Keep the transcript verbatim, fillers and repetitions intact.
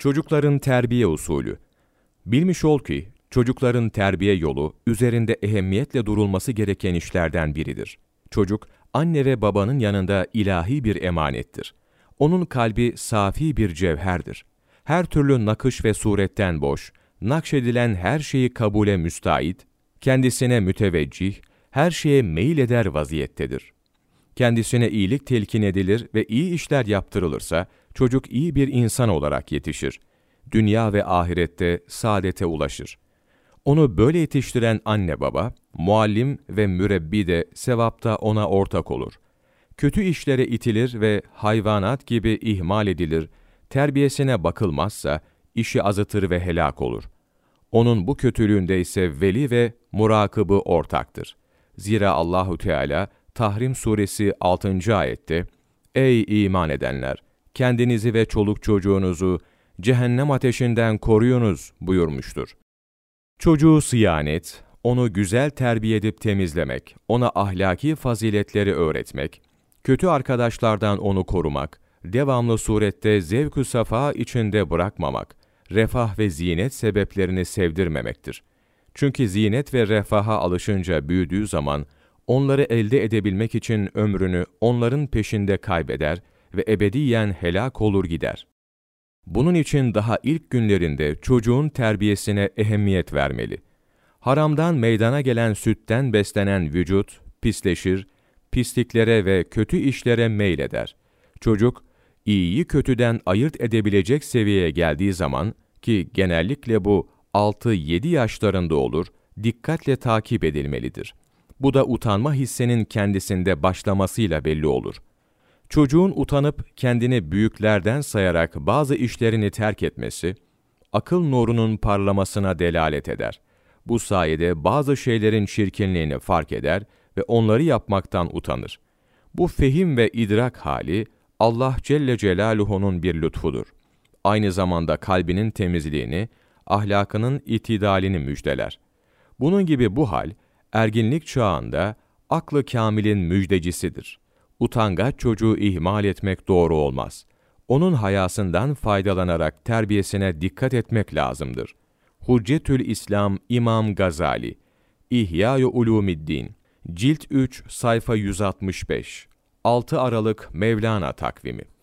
Çocukların terbiye usulü. Bilmiş ol ki, çocukların terbiye yolu, üzerinde ehemmiyetle durulması gereken işlerden biridir. Çocuk, anne ve babanın yanında ilahi bir emanettir. Onun kalbi safi bir cevherdir. Her türlü nakış ve suretten boş, nakşedilen her şeyi kabule müstait, kendisine müteveccih, her şeye meyil eder vaziyettedir. Kendisine iyilik telkin edilir ve iyi işler yaptırılırsa, çocuk iyi bir insan olarak yetişir. Dünya ve ahirette saadete ulaşır. Onu böyle yetiştiren anne baba, muallim ve mürebbi de sevapta ona ortak olur. Kötü işlere itilir ve hayvanat gibi ihmal edilir, terbiyesine bakılmazsa işi azıtır ve helak olur. Onun bu kötülüğünde ise veli ve murakıbı ortaktır. Zira Allahu Teala Tahrim suresi altıncı ayette, "Ey iman edenler! Kendinizi ve çoluk çocuğunuzu cehennem ateşinden koruyunuz" buyurmuştur. Çocuğu sıyanet, onu güzel terbiye edip temizlemek, ona ahlaki faziletleri öğretmek, kötü arkadaşlardan onu korumak, devamlı surette zevk-ü safa içinde bırakmamak, refah ve zinet sebeplerini sevdirmemektir. Çünkü zinet ve refaha alışınca büyüdüğü zaman, onları elde edebilmek için ömrünü onların peşinde kaybeder ve ebediyen helak olur gider. Bunun için daha ilk günlerinde çocuğun terbiyesine ehemmiyet vermeli. Haramdan meydana gelen sütten beslenen vücut pisleşir, pisliklere ve kötü işlere meyleder. Çocuk, iyiyi kötüden ayırt edebilecek seviyeye geldiği zaman, ki genellikle bu altı yedi yaşlarında olur, dikkatle takip edilmelidir. Bu da utanma hissinin kendisinde başlamasıyla belli olur. Çocuğun utanıp kendini büyüklerden sayarak bazı işlerini terk etmesi, akıl nurunun parlamasına delalet eder. Bu sayede bazı şeylerin çirkinliğini fark eder ve onları yapmaktan utanır. Bu fehim ve idrak hali, Allah Celle Celaluhu'nun bir lütfudur. Aynı zamanda kalbinin temizliğini, ahlakının itidalini müjdeler. Bunun gibi bu hal, erginlik çağında aklı kâmilin müjdecisidir. Utangaç çocuğu ihmal etmek doğru olmaz. Onun hayasından faydalanarak terbiyesine dikkat etmek lazımdır. Hüccetül İslam İmam Gazali, İhya-i Ulûmiddin, Cilt üç, sayfa yüz altmış beş, altı Aralık Mevlana takvimi.